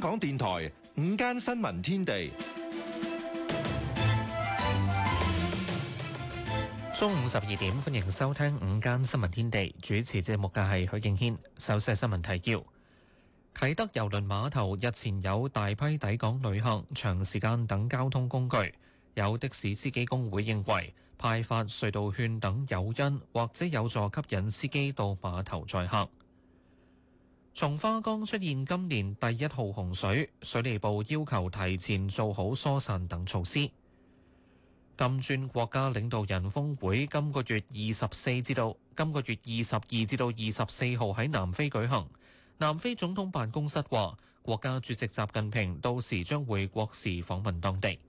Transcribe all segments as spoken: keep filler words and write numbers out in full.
港電台午間新聞天地， 中午十二點，歡迎收聽午間新聞天地。主持節目嘅係許敬軒。首先係新聞提要：啟德郵輪碼頭日前有大批抵港旅客長時間等交通工具，有的士司機工會認為派發隧道券等誘因，或者有助吸引司機到碼頭載客。松花江出現今年第一號洪水，水利部要求提前做好疏散等措施。金磚國家領導人峰會今個月二十四至到今個月二十二至到二十四號喺南非舉行。南非總統辦公室話，國家主席習近平到時將會國事訪問當地。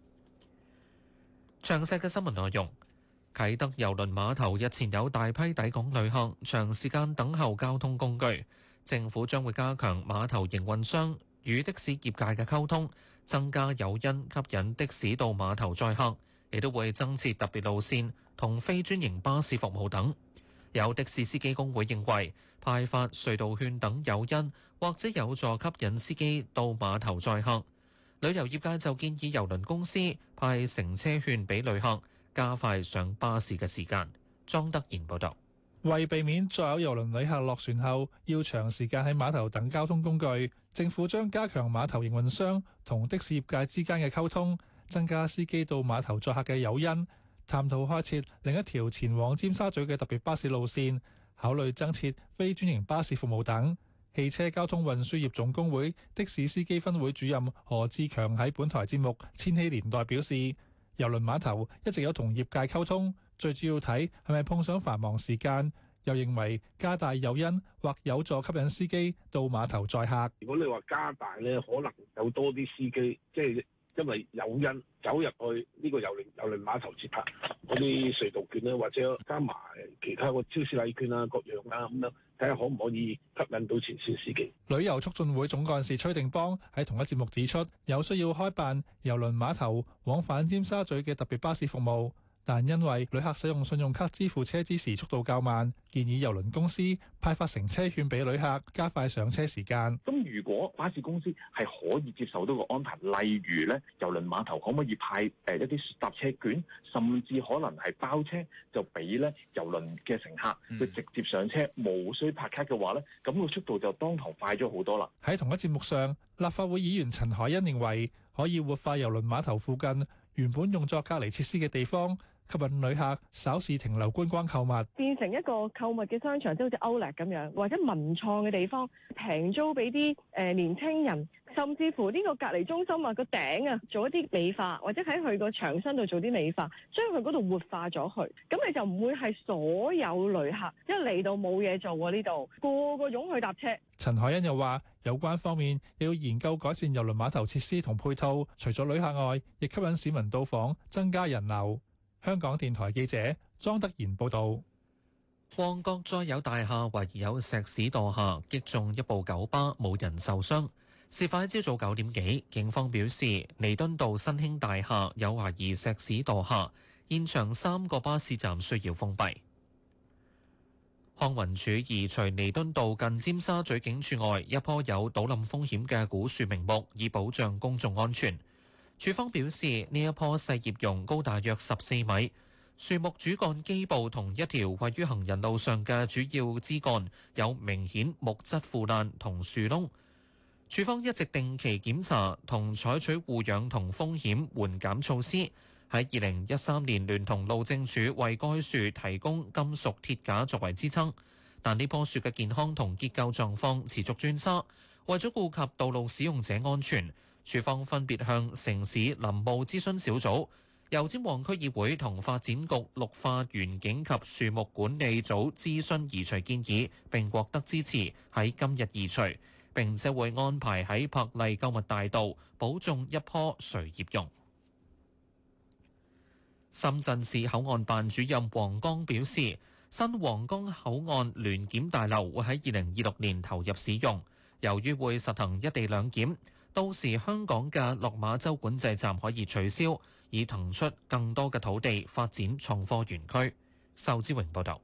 詳細嘅新聞內容：啟德郵輪碼頭日前有大批抵港旅客長時間等候交通工具。政府將會加強碼頭營運商與的士業界嘅溝通，增加誘因吸引的士到碼頭載客，亦都會增設特別路線同非專營巴士服務等。有的士司機工會認為派發隧道券等誘因，或者有助吸引司機到碼頭載客。旅遊業界就建議郵輪公司派乘車券俾旅客，加快上巴士嘅時間。莊德賢報導。 為避免再有郵輪旅客落船後要長時間喺碼頭等交通工具，政府將加強碼頭營運商同的士業界之間嘅溝通，增加司機到碼頭載客嘅誘因，探討開設另一條前往尖沙咀嘅特別巴士路線，考慮增設非專營巴士服務等。汽車交通運輸業總工會的士司機分會主任何志強喺本台節目《千禧年代》表示，郵輪碼頭一直有同業界溝通，最主要睇係咪碰上繁忙時間，又認為加大誘因或有助吸引司機到碼頭載客。 如果你話加大咧，可能有多啲司機，即係因為誘因走入去呢個郵輪郵輪碼頭接客嗰啲隧道券咧，或者加埋其他個超市禮券啊、各樣啊咁樣，睇下可唔可以吸引到前線司機。 旅遊促進會總幹事崔定邦喺同一節目指出，有需要開辦郵輪碼頭往返尖沙咀嘅特別巴士服務。但因為旅客使用信用卡支付車資時速度較慢，建議郵輪公司派發乘車券俾旅客，加快上車時間。 咁如果巴士公司係可以接受到個安排，例如咧郵輪碼頭可唔可以派誒一啲搭車券，甚至可能係包車，就俾咧郵輪嘅乘客佢直接上車，無需拍卡嘅話咧，咁個速度就當堂快咗好多啦。 喺同一節目上，立法會議員陳凱欣認為可以活化郵輪碼頭附近原本用作隔離設施嘅地方，吸引旅客稍事停留觀光購物， 變成一個購物嘅商場，即係好似 Outlet 咁樣，或者文創嘅地方，平租俾啲誒年青人，甚至乎呢個隔離中心啊個頂啊做一啲美化，或者喺佢個牆身度做啲美化，將佢嗰度活化咗佢，咁你就唔會係所有旅客一嚟到冇嘢做喎，呢度個個湧去搭車。 陳凱欣又話，有關方面亦要研究改善郵輪碼頭設施同配套，除咗旅客外，亦吸引市民到訪，增加人流。香港電台記者莊德賢報導。 旺角再有大廈懷疑有石屎墮下，擊中一部九巴，冇人受傷。事發喺朝早九點幾，警方表示彌敦道新興大廈有懷疑石屎墮下，現場三個巴士站需要封閉。康文署移除彌敦道近尖沙咀警署外一棵有倒冧風險嘅古樹名木，以保障公眾安全。署方表示，呢一棵細葉榕高大約十四米，樹木主幹基部同一條位於行人路上嘅主要枝幹有明顯木質腐爛同樹窿。署方一直定期檢查同採取護養同風險緩減措施，喺二零一三年聯同路政署為該樹提供金屬鐵架作為支撐，但呢棵樹嘅健康同結構狀況持續轉差，為咗顧及道路使用者安全，署方分別向城市林務諮詢小組、油尖旺區議會同發展局綠化園景及樹木管理組諮詢移除建議，並獲得支持，喺今日移除，並且會安排喺柏麗購物大道保種一棵垂葉榕。深圳市口岸辦主任黃剛表示，新皇崗口岸聯檢大樓會喺二零二六年投入使用，由於會實行一地兩檢，到時香港嘅落馬洲管制站可以取消，以騰出更多嘅土地發展創科園區。仇志榮報導。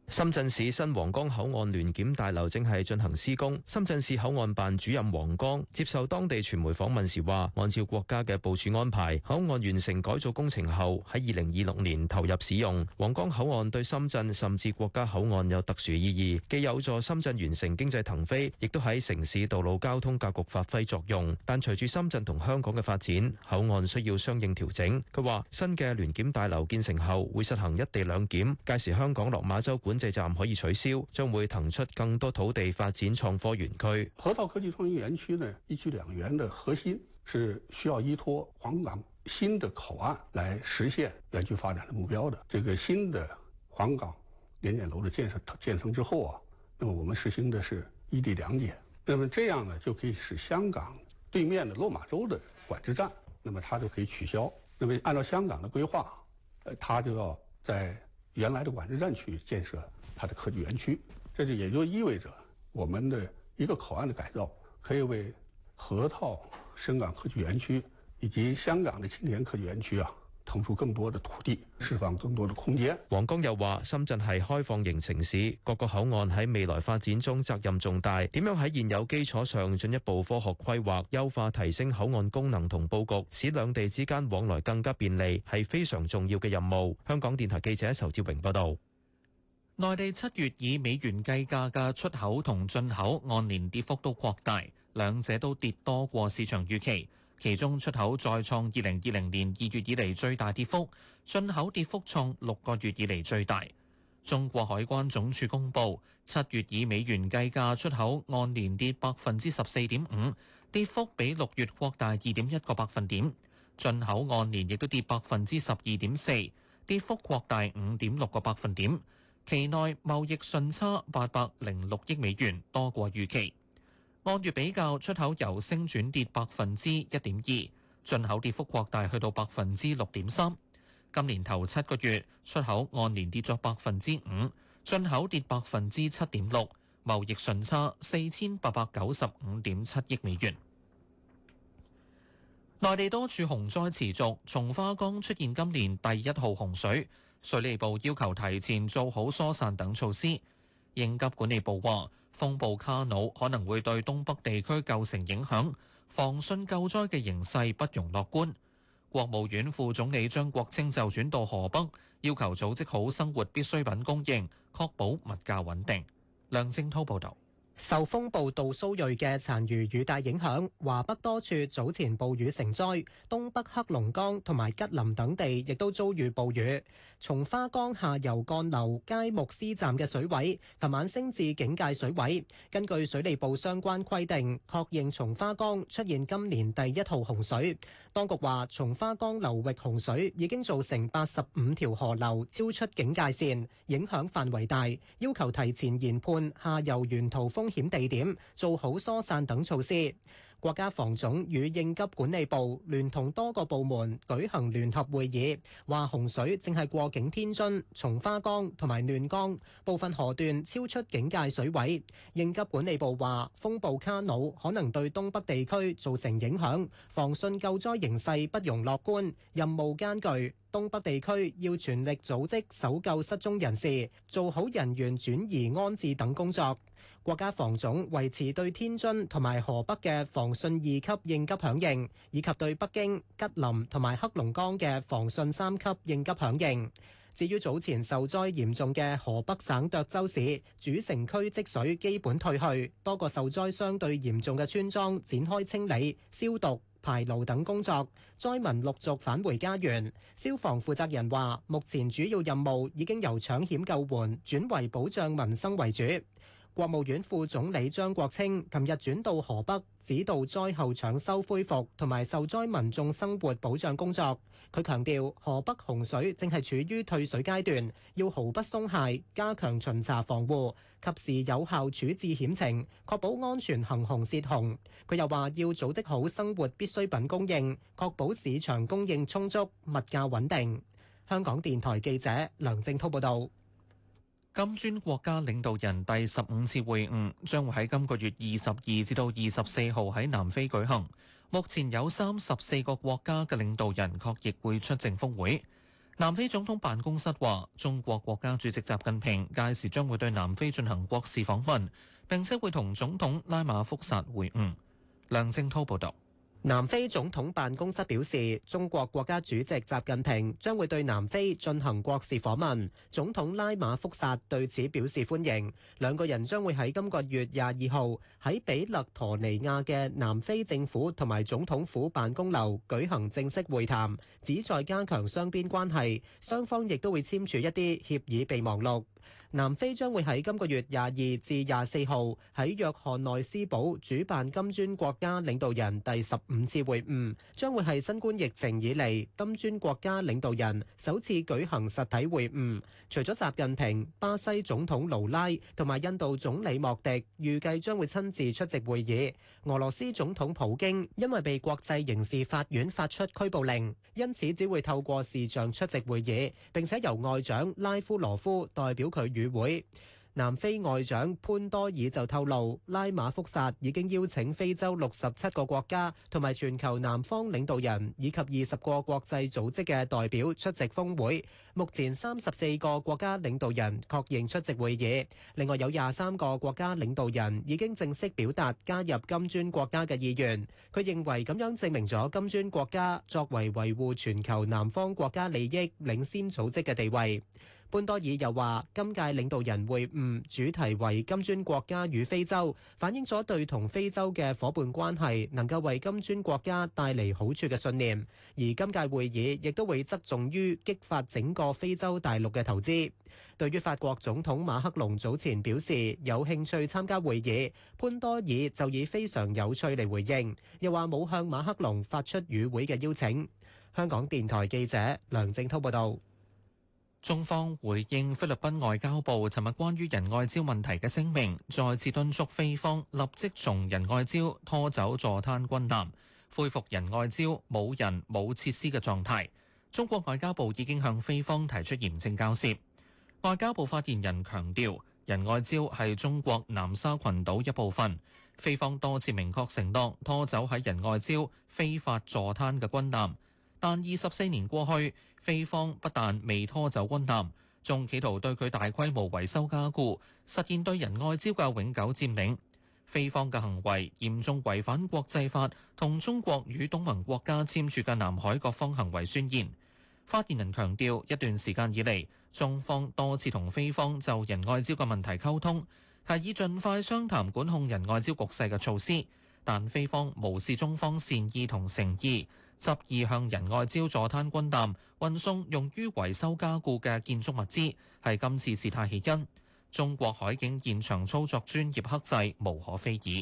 深圳市新皇崗口岸聯檢大樓正係進行施工。深圳市口岸辦主任黃剛接受當地傳媒訪問時話，按照國家嘅部署安排，口岸完成改造工程後喺二零二六年投入使用。皇崗口岸對深圳甚至國家口岸有特殊意義，既有助深圳完成經濟騰飛，亦都喺城市道路交通格局發揮作用。但隨住深圳同香港嘅發展，口岸需要相應調整。佢話新嘅聯檢大樓建成後會實行一地兩檢，屆時香港落馬洲管制站可以取消，將會騰出更多土地發展創科園區。 河套科技創新園區呢，一區兩園的核心是需要依托皇崗新的口岸來實現園區發展的目標的。這個新的皇崗聯檢樓的建設建成之後啊，那麼我們實行的是一地兩檢，那麼這樣呢就可以使香港對面的落馬洲的管制站，那麼它就可以取消。那麼按照香港的規劃，呃，它就要在原來的管制站區建設它的科技園區，這就也就意味着我們的一個口岸的改造可以為河套深港科技園區以及香港的青田科技園區啊騰出更多的土地，釋放更多的空間。 黃剛又話：深圳係開放型城市，各個口岸喺未來發展中責任重大。點樣喺現有基礎上進一步科學規劃、優化提升口岸功能同佈局，使兩地之間往來更加便利，係非常重要嘅任務。香港電台記者仇志榮報道。 內地七月以美元計價嘅出口同進口按年跌幅都擴大，兩者都跌多過市場預期。其中出口再創二零二零年二月以嚟最大跌幅，進口跌幅創六個月以嚟最大。中國海關總署公佈，七月以美元計價出口按年跌百分之十四點五，跌幅比六月擴大二點一個百分點。進口按年亦都跌百分之十二點四，跌幅擴大五點六個百分點。期內貿易順差八百零六億美元，多過預期。按月比較，出口由升轉跌百分之一點二，進口跌幅擴大去到百分之六點三。今年頭七個月，出口按年跌咗百分之五，進口跌百分之七點六，貿易順差四千八百九十五點七億美元。內地多處洪災持續，松花江出現今年第一號洪水，水利部要求提前做好疏散等措施。應急管理部話，風暴卡努可能會對東北地區構成影響，防汛救災嘅形勢不容樂觀。國務院副總理張國清就轉到河北，要求組織好生活必需品供應，確保物價穩定。梁正滔報導。 受風暴杜蘇芮嘅殘餘雨帶影響，華北多處早前暴雨成災，東北黑龍江同埋吉林等地亦都遭遇暴雨。松花江下游幹流佳木斯站嘅水位，琴晚升至警戒水位。根據水利部相關規定，確認松花江出現今年第一號洪水。當局話，松花江流域洪水已經造成八十五條河流超出警戒線，影響範圍大，要求提前研判下游沿途風險地點，做好疏散等措施。國家防總與應急管理部聯同多個部門舉行聯合會議，話洪水正係過境天津、松花江同埋嫩江，部分河段超出警戒水位。應急管理部話，風暴卡努可能對東北地區造成影響，防汛救災形勢不容樂觀，任務艱巨。東北地區要全力組織搜救失蹤人士，做好人員轉移安置等工作。國家防總維持對天津同埋河北嘅防汛二級應急響應，以及對北京、吉林同埋黑龍江嘅防汛三級應急響應。至於早前受災嚴重嘅河北省涿州市，主城區積水基本退去，多個受災相對嚴重嘅村莊展開清理、消毒、排澇等工作，災民陸續返回家園。消防負責人話，目前主要任務已經由搶險救援轉為保障民生為主。國務院副總理張國清琴日轉到河北，指導災後搶修恢復同埋受災民眾生活保障工作。佢強調，河北洪水正係處於退水階段，要毫不鬆懈，加強巡查防護，及時有效處置險情，確保安全行洪洩洪。佢又話要組織好生活必需品供應，確保市場供應充足，物價穩定。香港電台記者梁正滔報導。 金磚國家領導人第十五次會晤將會喺今個月二十二至到二十四號喺南非舉行。目前有三十四個國家嘅領導人確認會出席峰會。 南非總統辦公室話，中國國家主席習近平屆時將會對南非進行國事訪問，並且會同總統拉馬福薩會晤。梁正滔報導。 南非總統辦公室表示，中國國家主席習近平將會對南非進行國事訪問，總統拉馬福薩對此表示歡迎。兩個人將會喺今個月廿二號喺比勒陀尼亞嘅南非政府同埋總統府辦公樓舉行正式會談，旨在加強雙邊關係。雙方亦都會簽署一啲協議備忘錄。南非將會喺今個月廿二至廿四號喺約翰內斯堡主辦金磚國家領導人第十五次會晤，將會係新冠疫情以嚟金磚國家領導人首次舉行實體會晤。除咗習近平，巴西總統盧拉同埋印度總理莫迪預計將會親自出席會議。俄羅斯總統普京因為被國際刑事法院發出拘捕令，因此只會透過視像出席會議，並且由外長拉夫羅夫代表佢與會。南非外長潘多爾就透露，拉馬福薩已經邀請非洲六十七個國家同埋全球南方領導人以及二十個國際組織嘅代表出席峰會。目前三十四個國家領導人確認出席會議，另外有廿三個國家領導人已經正式表達加入金磚國家嘅意願。佢認為咁樣證明咗金磚國家作為維護全球南方國家利益領先組織嘅地位。潘多爾又話，今屆領導人會晤主題為金磚國家與非洲，反映咗對同非洲嘅夥伴關係能夠為金磚國家帶嚟好處嘅信念。而今屆會議亦都會側重於激發整個非洲大陸嘅投資。對於法國總統馬克龍早前表示有興趣參加會議，潘多爾就以非常有趣嚟回應，又話冇向馬克龍發出與會嘅邀請。香港電台記者梁正滔報導。 中方回應菲律賓外交部尋日關於仁愛礁問題嘅聲明，再次敦促菲方立即從仁愛礁拖走坐灘軍艦，恢復仁愛礁冇人冇設施嘅狀態。中國外交部已經向菲方提出嚴正交涉。外交部發言人強調，仁愛礁係中國南沙群島一部分，菲方多次明確承諾拖走喺仁愛礁非法坐灘嘅軍艦。但二十四年過去，菲方不但未拖走軍艦，仲企圖對佢大規模維修加固，實現對仁愛礁嘅永久佔領。菲方嘅行為嚴重違反國際法同中國與東盟國家簽署嘅南海各方行為宣言。發言人強調，一段時間以嚟，中方多次同菲方就仁愛礁嘅問題溝通，提議盡快商談管控仁愛礁局勢嘅措施，但菲方無視中方善意同誠意，執意向仁愛礁坐灘軍艦運送用於維修加固嘅建築物資，係今次事態起因。中國海警現場操作專業克制，無可非議。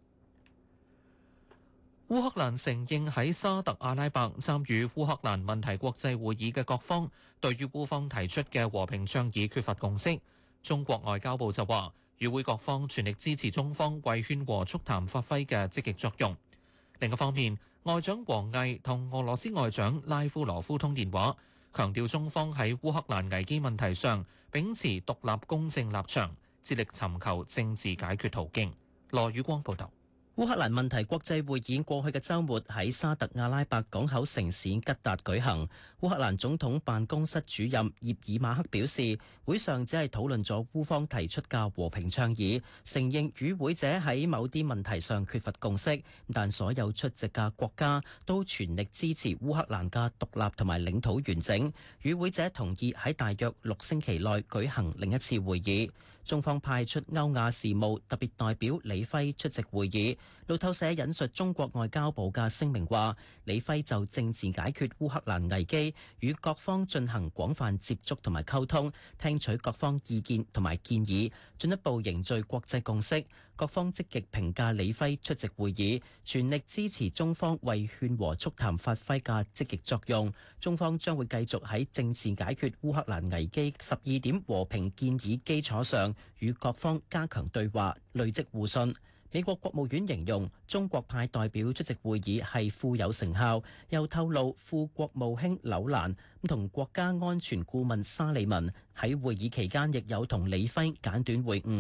烏克蘭承認喺沙特阿拉伯參與烏克蘭問題國際會議嘅各方，對於烏方提出嘅和平倡議缺乏共識。中國外交部就話，與會各方全力支持中方為勸和促談發揮嘅積極作用。另一方面，外長王毅同俄羅斯外長拉夫羅夫通電話，強調中方喺烏克蘭危機問題上秉持獨立公正立場，致力尋求政治解決途徑。羅宇光報道。 烏克蘭問題國際會議過去嘅週末喺沙特阿拉伯港口城市吉達舉行。烏克蘭總統辦公室主任葉爾馬克表示，會上只係討論咗烏方提出嘅和平倡議，承認與會者喺某啲問題上缺乏共識，但所有出席嘅國家都全力支持烏克蘭嘅獨立同埋領土完整。與會者同意喺大約六星期內舉行另一次會議。中方派出歐亞事務特別代表李輝出席會議。路透社引述中國外交部嘅聲明話，李輝就政治解決烏克蘭危機與各方進行廣泛接觸同埋溝通，聽取各方意見同埋建議，進一步凝聚國際共識。各方積極評價李輝出席會議，全力支持中方為勸和促談發揮嘅積極作用。中方將會繼續喺政治解決烏克蘭危機十二點和平建議基礎上，與各方加強對話，累積互信。美國國務院形容中國派代表出席會議係富有成效，又透露副國務卿紐蘭同國家安全顧問沙利文喺會議期間亦有同李輝簡短會晤。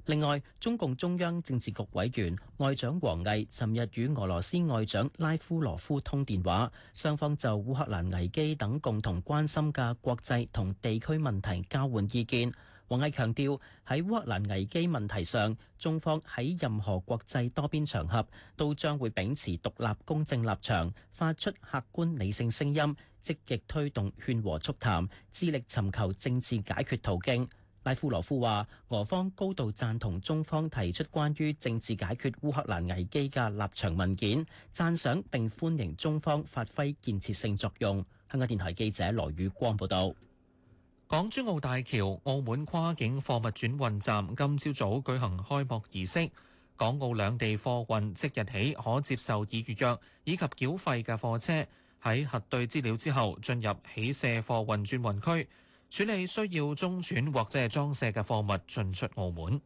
另外，中共中央政治局委員外長王毅尋日與俄羅斯外長拉夫羅夫通電話，雙方就烏克蘭危機等共同關心嘅國際同地區問題交換意見。王毅強調，喺烏克蘭危機問題上，中方喺任何國際多邊場合都將會秉持獨立公正立場，發出客觀理性聲音，積極推動勸和促談，致力尋求政治解決途徑。拉夫羅夫話：俄方高度贊同中方提出關於政治解決烏克蘭危機嘅立場文件，讚賞並歡迎中方發揮建設性作用。香港電台記者羅宇光報道。 港珠澳大橋澳門跨境貨物轉運站今朝早舉行開幕儀式，港澳兩地貨運即日起可接受已預約以及繳費嘅貨車喺核對資料之後進入起卸貨運轉運區，處理需要中轉或者係裝卸嘅貨物進出澳門。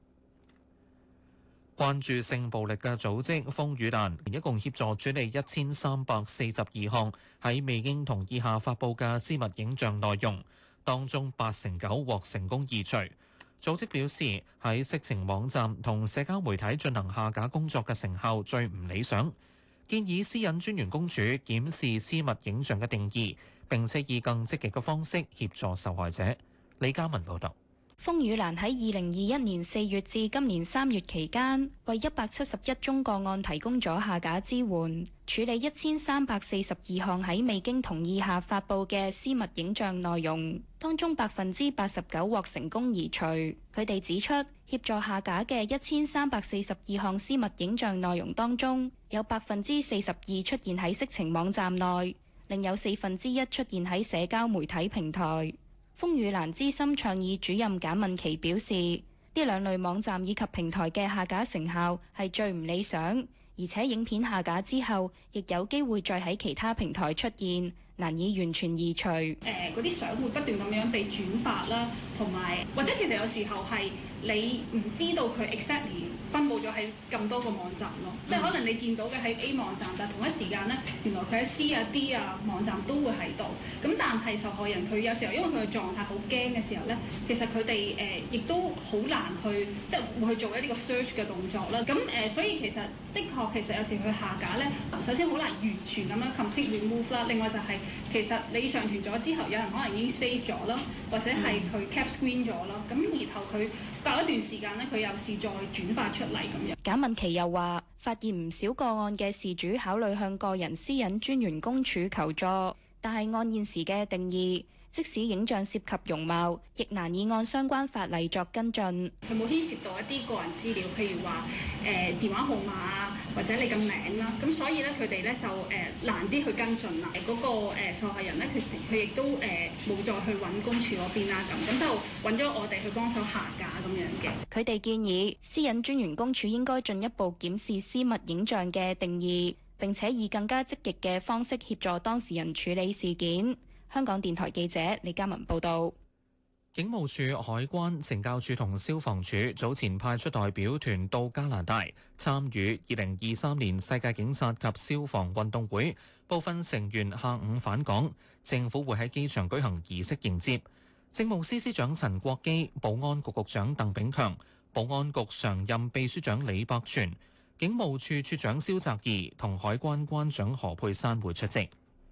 關注性暴力嘅組織風雨蘭一共協助處理一千三百四十二項喺未經同意下發布嘅私密影像內容，當中八成九獲成功移除。組織表示喺色情網站同社交媒體進行下架工作嘅成效最唔理想，建議私隱專員公署檢視私密影像嘅定義，並且以更積極嘅方式協助受害者。李嘉文報道。 風雨蘭喺二零二一年四月至今年三月期間，為一百七十一宗個案提供咗下架支援，處理一千三百四十二項喺未經同意下發布嘅私密影像內容，當中百分之八十九獲成功移除。佢哋指出，協助下架嘅一千三百四十二項私密影像內容當中，有百分之四十二出現喺色情網站內，另有四分之一出現喺社交媒體平台。風雨蘭資深倡議主任簡文琪表示，呢兩類網站以及平台嘅下架成效係最唔理想，而且影片下架之後，亦有機會再喺其他平台出現，難以完全移除。誒嗰啲相會不斷咁樣被轉發啦，同埋或者其實有時候係你唔知道佢 exactly 分佈咗喺咁多個網站咯，即係可能你見到嘅喺 A 網站，但係同一時間咧，原來佢喺 C 啊 D 啊網站都會喺度。咁但係受害人佢有時候因為佢嘅狀態好驚嘅時候咧，其實佢哋誒亦都好難去即係會去做一啲個 search 嘅動作啦。咁誒、呃、所以其實的確其實有時佢下架咧，首先好難完全咁樣 complete remove 啦。另外就係、是、其實你上傳咗之後，有人可能已經 save 咗啦，或者係佢 cap screen 咗啦。咁然後佢隔一段時間咧，佢又試再轉發出嚟咁樣。 簡文琪又話，發現唔少個案嘅事主考慮向個人私隱專員公署求助，但係按現時嘅定義，即使影像涉及容貌，亦難以按相關法例作跟進。 佢冇牽涉到一啲個人資料，譬如話誒、呃、電話號碼啊，或者你嘅名啦，咁所以咧佢哋咧就誒、呃、難啲去跟進啦。嗰、那個、呃、受害人咧，佢佢亦都誒冇、呃、再去揾公署嗰邊啦，咁咁就揾咗我哋去幫手下架咁樣嘅。 佢哋建議私隱專員公署應該進一步檢視私密影像嘅定義，並且以更加積極嘅方式協助當事人處理事件。香港電台記者李嘉文報道。 警務處、海關、懲教署同消防處早前派出代表團到加拿大參與二零二三年世界警察及消防運動會，部分成員下午返港，政府會喺機場舉行儀式迎接。政務司司長陳國基、保安局局長鄧炳強、保安局常任秘書長李百全、警務處處長蕭澤頤同海關關長何佩珊會出席。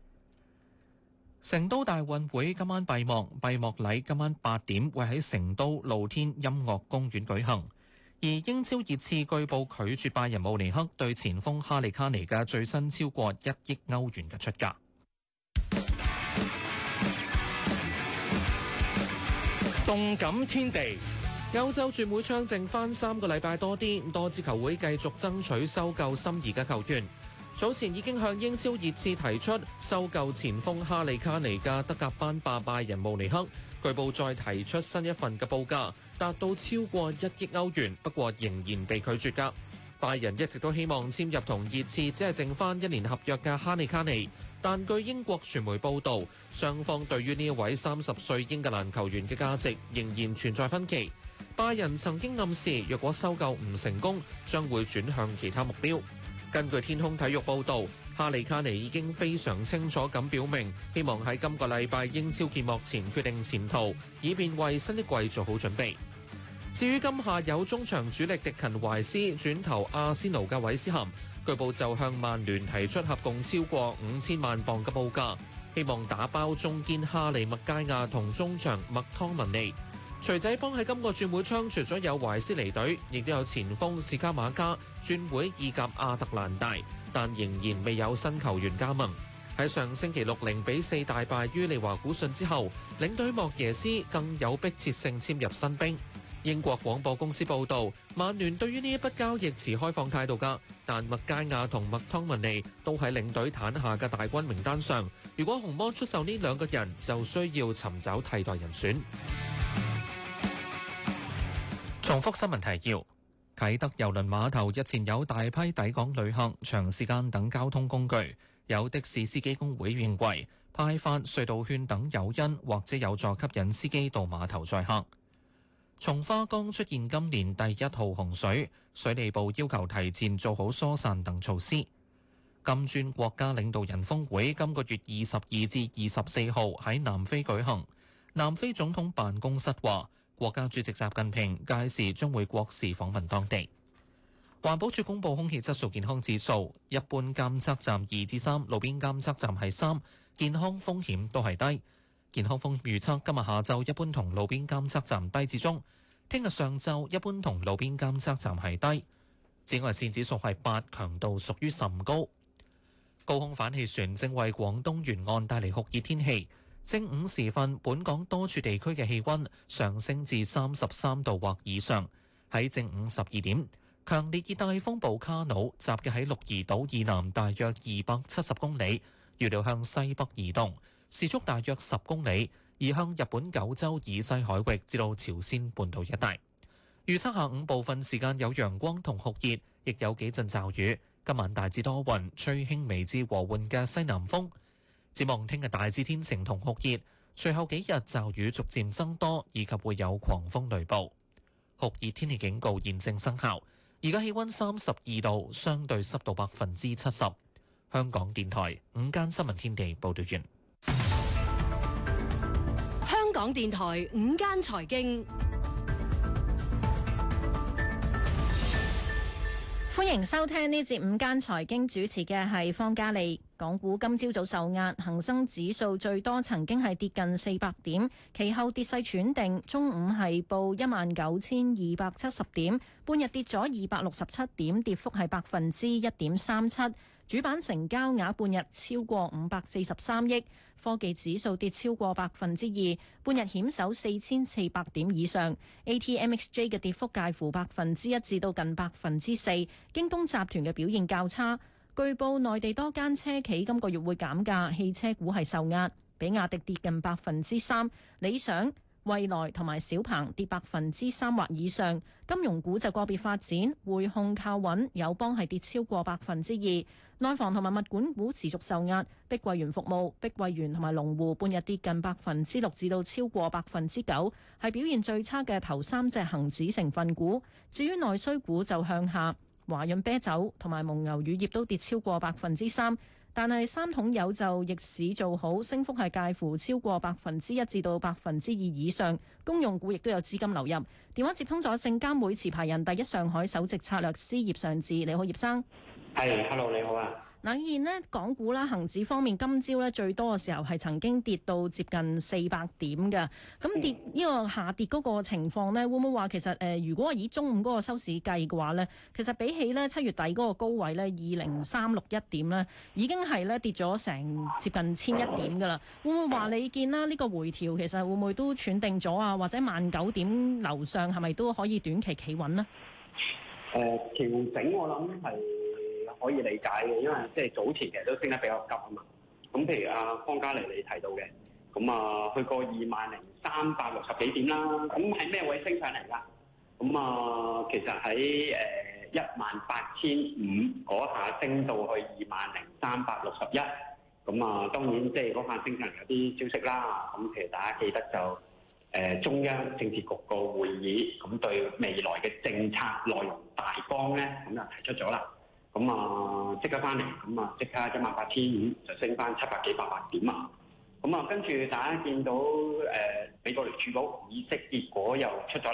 成都大運會今晚閉幕，閉幕禮今晚八點會喺成都露天音樂公園舉行。而英超熱刺據報拒絕拜仁慕尼黑對前鋒哈利卡尼嘅最新超過一億歐元嘅出價。 動感天地， 歐洲轉會窗剩翻三個禮拜多啲，多支球會繼續爭取收購心儀嘅球員。早前已經向英超熱刺提出收購前鋒哈利卡尼嘅德甲班霸拜仁慕尼黑，據報再提出新一份嘅報價，達到超過一億歐元，不過仍然被拒絕㗎。拜仁一直都希望簽入同熱刺只係剩翻一年合約嘅哈利卡尼，但據英國傳媒報導，雙方對於呢一位三十歲英格蘭球員嘅價值仍然存在分歧。拜仁曾經暗示，若果收購唔成功，將會轉向其他目標。根據天空體育報導，哈利卡尼已經非常清楚咁表明，希望喺今個禮拜英超揭幕前決定前途，以便為新一季做好準備。 至於今夏有中場主力迪勤懷斯轉投阿仙奴嘅韋斯咸，據報就向曼聯提出合共超過五千萬鎊嘅報價，希望打包中堅哈利麥佳亞同中場麥湯文尼。鎚仔幫喺今個轉會窗除咗有懷斯離隊，亦都有前鋒史加馬加轉會意甲亞特蘭大，但仍然未有新球員加盟。喺上星期六零比四大敗於利華古遜之後，領隊莫耶斯更有迫切性簽入新兵。英國廣播公司報導，曼聯對於呢一筆交易持開放態度㗎，但麥佳亞同麥湯文尼都喺領隊坦下嘅大軍名單上。如果紅魔出售呢兩個人，就需要尋找替代人選。重複新聞提要：啟德郵輪碼頭日前有大批抵港旅客長時間等交通工具，有的士司機工會認為派發隧道券等誘因或者有助吸引司機到碼頭載客。松花江出現今年第一號洪水，水利部要求提前做好疏散等措施。金磚國家領導人峰會今個月二十二至二十四號喺南非舉行，南非總統辦公室話，國家主席習近平屆時將會國事訪問當地。環保署公布空氣質素健康指數，一般監測站二至三，路邊監測站係三，健康風險都係低。健康風險預測今日下晝一般同路邊監測站低至中，聽日上晝一般同路邊監測站係低。紫外線指數係八，強度屬於甚高。高空反氣旋正為廣東沿岸帶嚟酷熱天氣。正午時分，本港多處地區嘅氣温上升至三十三度或以上。喺正午十二點，強烈熱帶風暴卡努集結喺鹿兒島以南大約二百七十公里，預料向西北移動，時速大約十公里，移向日本九州以西海域至到朝鮮半島一帶。預測下午部分時間有陽光同酷熱，亦有幾陣驟雨。今晚大致多雲，吹輕微至和緩嘅西南風。展望聽日大致天晴同酷熱，隨後幾日驟雨逐漸增多，以及會有狂風雷暴。酷熱天氣警告現正生效。而家氣温三十二度，相對濕度百分之七十。香港電台午間新聞天地報道完。 香港電台午間財經， 歡迎收聽呢節午間財經，主持嘅係方嘉利。港股今朝早受壓，恒生指數最多曾經係跌近四百點，其後跌勢喘定，中午係報一萬九千二百七十點，半日跌咗二百六十七點，跌幅係百分之一點三七。主板成交額半日超過五百四十三億，科技指數跌超過百分之二，半日險守四千四百點以上。A T M X J 嘅跌幅介乎百分之一至到近百分之四，京東集團嘅表現較差。據報內地多間車企今個月會減價，汽車股係受壓，比亞迪跌近百分之三，理想、蔚來同埋小鵬跌百分之三或以上。金融股就個別發展，匯控靠穩，友邦係跌超過百分之二。內房同埋物管股持續受壓，碧桂園服務、碧桂園同埋龍湖半日跌近百分之六至到超過百分之九，係表現最差嘅頭三隻恒指成分股。至於內需股就向下，華潤啤酒同埋蒙牛乳業都跌超過百分之三，但係三桶油就逆市做好，升幅係介乎超過百分之一至到百分之二以上。公用股亦都有資金流入。電話接通咗證監會持牌人第一上海首席策略師葉尚志，你好葉生。 係 ，hello 你好啊。 嗱，現呢港股啦，恒指方面今朝咧最多嘅時候係曾經跌到接近四百點嘅，咁跌呢個下跌嗰個情況呢，會唔會話其實誒、呃，如果以中午嗰個收市計嘅話呢，其實比起咧七月底嗰個高位呢，二零三六一點呢，已經係咧跌咗成接近千一點㗎啦。會唔會話你見啦？呢個回調其實會唔會都喘定咗啊？或者萬九點樓上係咪都可以短期企穩呢？ 誒、呃、調整我諗係可以理解嘅，因為即係早前其實都升得比較急啊嘛。咁譬如阿方嘉莉你提到嘅，咁啊去過二萬零三百六十幾點啦。咁喺咩位升上嚟㗎？咁啊其實喺誒一萬八千五嗰下升到去二萬零三百六十一。咁啊當然即係嗰下升上嚟有啲消息啦。咁其實大家記得就。誒中央政治局個會議，咁對未來嘅政策內容大綱咧，咁就提出咗啦。咁啊即刻翻嚟，咁啊即刻一萬八千五就升翻七百幾百萬點啊。咁啊跟住大家見到誒、呃、美國聯儲局議息結果又出咗嚟，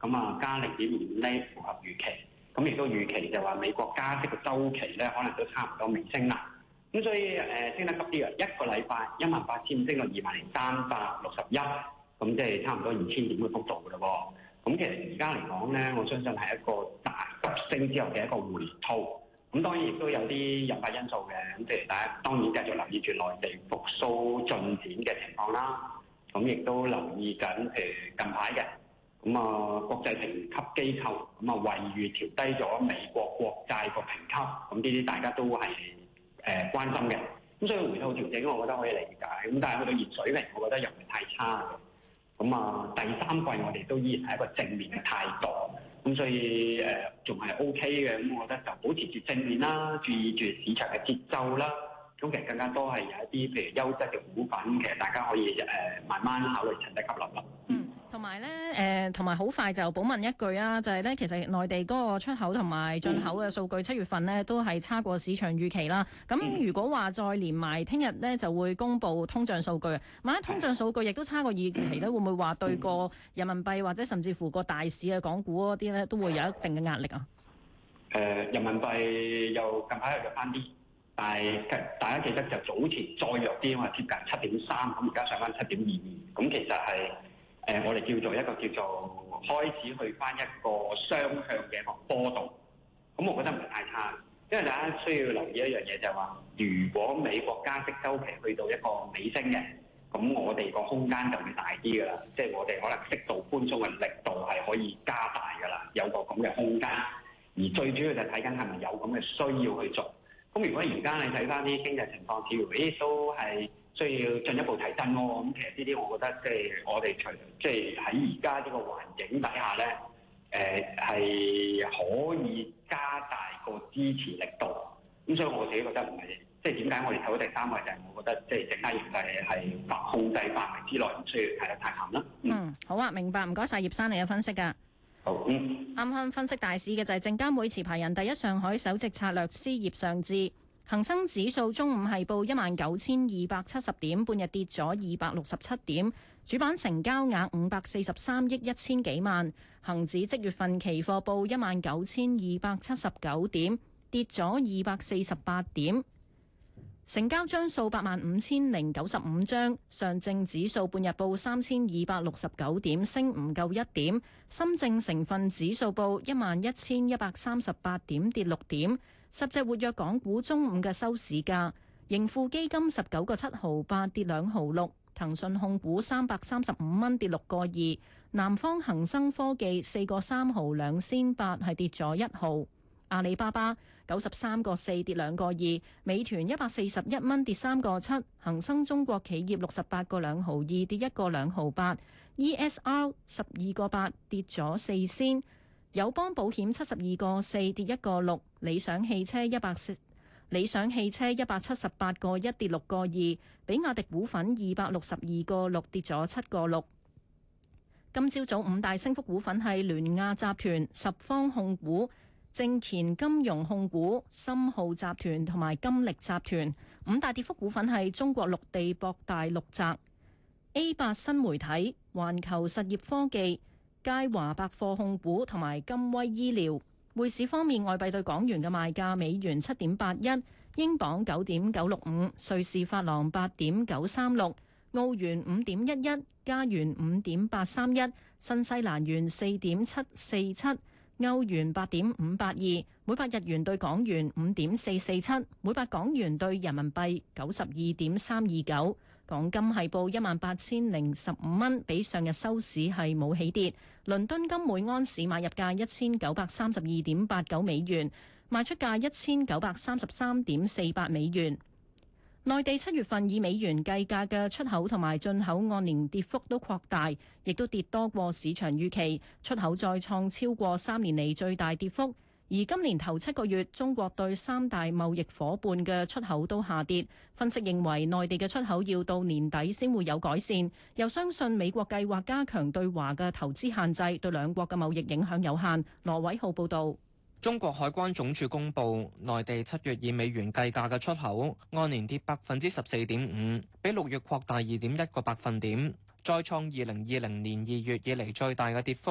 咁啊加零點二五厘，符合預期。咁亦都預期就話美國加息嘅週期咧，可能都差唔多尾聲啦。咁所以誒、呃、升得急啲啊！一個禮拜一萬八千升到二萬零三百六十一，咁即係差唔多二千點嘅幅度㗎咯喎。咁其實而家嚟講咧，我相信係一個大急升之後嘅一個回吐。咁當然亦都有啲引發因素嘅，咁譬如大家當然繼續留意住內地復甦進展嘅情況啦。咁亦都留意緊，譬如近排嘅咁啊國際評級機構咁啊惠譽調低咗美國國債個評級，咁呢啲大家都係誒關心嘅。咁所以回吐調整，我覺得可以理解。咁但係去到熱水平，我覺得又唔係太差嘅。咁啊第三季我哋都依然係一個正面嘅態度。咁所以誒仲係 O K 嘅。咁我覺得就保持住正面啦，注意住市場嘅節奏啦。咁其實更加多係有一啲譬如優質嘅股份，其實大家可以誒慢慢考慮趁低吸納啦。 嗯，同埋咧誒，同埋好快就補問一句啊，就係、是、咧其實內地嗰個出口同埋進口嘅數據七月份咧都係差過市場預期啦。咁如果話再連埋聽日咧就會公布通脹數據，萬一通脹數據亦都差過預期咧，會唔會話對個人民幣或者甚至乎個大市嘅港股嗰啲咧都會有一定嘅壓力啊？ 誒、呃，人民幣又近排又弱翻啲。但係大家記得就早前再弱啲，我係貼近七點三，咁而家上翻七點二二，咁其實係誒、呃、我哋叫做一個叫做開始去翻一個雙向嘅一個波動，咁我覺得唔係太差，因為大家需要留意一樣嘢就係話，如果美國加息週期去到一個尾聲嘅，咁我哋個空間就會大啲㗎啦，即係我哋可能適度寬鬆嘅力度係可以加大㗎啦，有個咁嘅空間，而最主要就係睇緊係咪有咁嘅需要去做。咁如果而家你睇翻啲經濟情況，似乎誒都係需要進一步提振喎。咁其實呢啲我覺得即係我哋除即係喺而家呢個環境底下咧，誒係可以加大個支持力度。咁所以我自己覺得唔係，即係點解我哋睇到第三個就係我覺得即係整體形勢係控制範圍之內，唔需要睇得太淡啦。 嗯，嗯，好啊，明白。唔該晒葉生你嘅分析㗎。 好，嗯， 啱啱分析大市嘅就係證監會持牌人第一上海首席策略師葉尚志。恒生指數中午係報一萬九千二百七十點，半日跌咗二百六十七點，主板成交額五百四十三億一千幾萬。恒指即月份期貨報一萬九千二百七十九點，跌咗二百四十八點。成交張數八萬五千零九十五張，上證指數半日報三千二百六十九點，升唔夠一點。深證成分指數報一萬一千一百三十八點，跌六點。十隻活躍港股中午嘅收市價，盈富基金十九個七毫八，跌兩毫六；騰訊控股三百三十五蚊，跌六個二；南方恒生科技四個三毫兩仙八，係跌咗一毫。阿里巴巴九十三個四，跌兩個二；美團一百四十一蚊，跌三個七；恒生中國企業六十八個兩毫二，跌一個兩毫八；E S R 十二個八，跌咗四仙。友邦保險七十二個四，跌一個六，理想汽車一百四，理想汽車一百七十八個一，跌六個二，比亞迪股份二百六十二個六，跌咗七個六。今朝早五大升幅股份係聯亞集團、十方控股、正乾金融控股、深浩集團同埋金力集團。五大跌幅股份係中國陸地博大陸澤、A 八新媒體、環球實業科技、佳華百貨控股同埋金威醫療。匯市方面，外幣對港元嘅賣價：美元七點八一，英鎊九點九六五，瑞士法郎八點九三六，澳元五點一一，加元五點八三一，新西蘭元四點七四七，歐元八點五八二，每百日元對港元五點四四七，每百港元對人民幣九十二點三二九。港金係報一萬八千零十五蚊，比上日收市係冇起跌。倫敦金每安士買入價一千九百三十二點八九美元，賣出價一千九百三十三點四八美元。內地七月份以美元計價嘅出口同埋進口按年跌幅都擴大，亦都跌多過市場預期，出口再創超過三年嚟最大跌幅。而今年頭七個月，中國對三大貿易夥伴嘅出口都下跌。分析認為，內地嘅出口要到年底先會有改善，又相信美國計劃加強對華嘅投資限制，對兩國嘅貿易影響有限。羅偉浩報導。 中國海關總署公布，內地七月以美元計價嘅出口按年跌百分之十四點五，比六月擴大二點一個百分點，再創二零二零年二月以嚟最大嘅跌幅。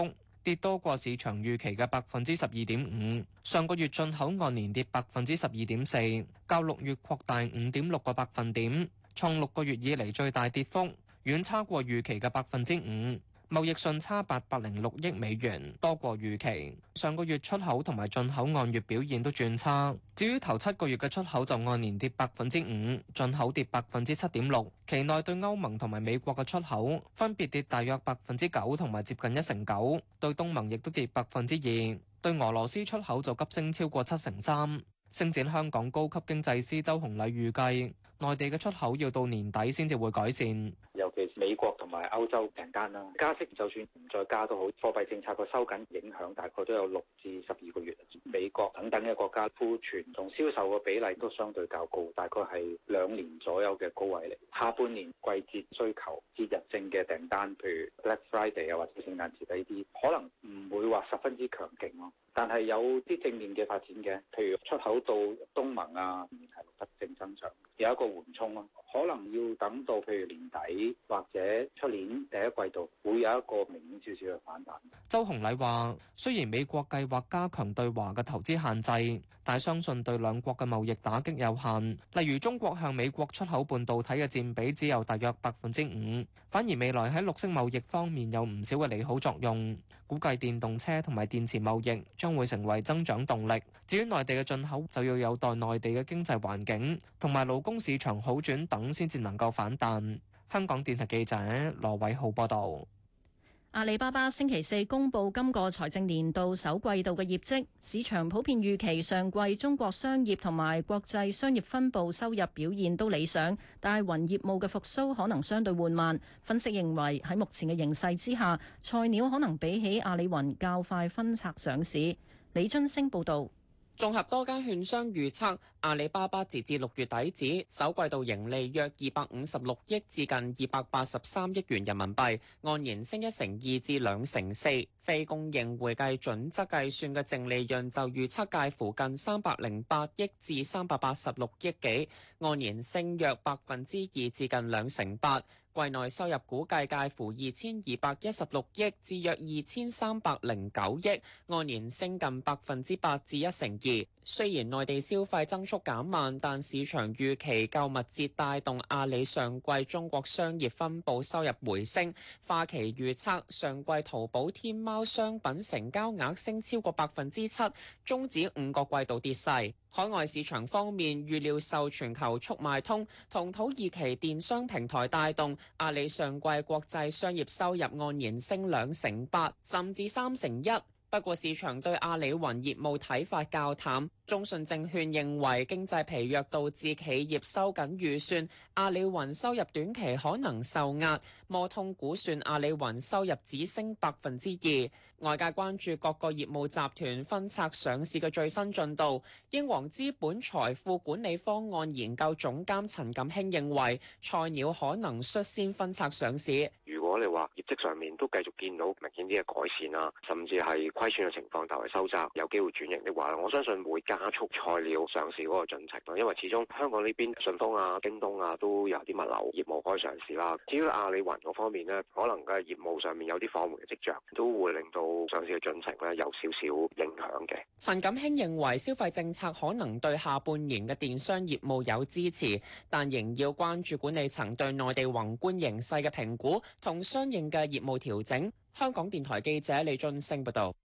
跌多過市場預期嘅百分之十二點五。上個月進口按年跌百分之十二點四，較六月擴大五點六個百分點，創六個月以嚟最大跌幅，遠差過預期嘅百分之五。貿易順差八百零六億美元，多過預期。上個月出口同埋進口按月表現都轉差。至於頭七個月嘅出口就按年跌百分之五，進口跌百分之七點六。期內對歐盟同埋美國嘅出口分別跌大約百分之九同埋接近一成九，對東盟亦都跌百分之二。對俄羅斯出口就急升超過七成三。星展香港高級經濟師周洪禮預計，內地嘅出口要到年底先至會改善， 尤其是美國同埋歐洲訂單啦。加息就算唔再加都好，貨幣政策個收緊影響大概都有六至十二個月。美國等等嘅國家庫存同銷售嘅比例都相對較高，大概係兩年左右嘅高位嚟。下半年季節需求、節日性嘅訂單，譬如 Black Friday 啊或者聖誕節呢啲，可能唔會話十分之強勁咯。但係有啲正面嘅發展嘅，譬如出口到東盟啊，係錄得正增長，有一個緩衝咯。可能要等到譬如年底或者出年第一季度，會有一個明顯少少嘅反彈。 周洪禮話：雖然美國計劃加強對華嘅投資限制，但相信對兩國嘅貿易打擊有限。例如中國向美國出口半導體嘅佔比只有大約百分之五，反而未來喺綠色貿易方面有唔少嘅利好作用。估計電動車同埋電池貿易將會成為增長動力。至於內地嘅進口，就要有待內地嘅經濟環境同埋勞工市場好轉等，先至能夠反彈。香港電台記者羅偉浩報道。 阿里巴巴星期四公布今個財政年度首季度嘅業績，市場普遍預期上季中國商業同埋國際商業分部收入表現都理想，但係雲業務嘅復甦可能相對緩慢。分析認為喺目前嘅形勢之下，菜鳥可能比起阿里雲較快分拆上市。李津升報導。 綜合多間券商預測，阿里巴巴截至六月底止首季度盈利約二百五十六億至近二百八十三億元人民幣，按年升一成二至兩成四。非公認會計準則計算嘅淨利潤就預測介乎近三百零八億至三百八十六億幾，按年升約百分之二至近兩成八。季內收入估計介乎二千二百一十六億至約二千三百零九億，按年升近百分之八至一成二。雖然內地消費增速減慢，但市場預期購物節帶動阿里上季中國商業分部收入回升。花旗預測上季淘寶天貓商品成交額升超過百分之七，終止五個季度跌勢。海外市場方面，預料受全球速賣通同土耳其電商平台帶動，阿里上季國際商業收入按年升兩成八，甚至三成一。不過市場對阿里雲業務睇法較淡。中信證券認為經濟疲弱導致企業收緊預算，阿里雲收入短期可能受壓。摩通估算阿里雲收入只升百分之二。外界關注各個業務集團分拆上市嘅最新進度。英皇資本財富管理方案研究總監陳錦興認為，菜鳥可能率先分拆上市。 如果你話業績上面都繼續見到明顯啲嘅改善啦，甚至係虧損嘅情況稍為收窄，有機會轉型的話，我相信會加速菜鳥上市嗰個進程咯。因為始終香港呢邊順豐啊、京東啊都有啲物流業務可以上市啦。至於阿里雲嗰方面呢，可能嘅業務上面有啲放緩嘅跡象，都會令到上市嘅進程咧有少少影響嘅。 陳錦興認為消費政策可能對下半年嘅電商業務有支持，但仍要關注管理層對內地宏觀形勢嘅評估同相應嘅業務調整。香港電台記者李俊升報道。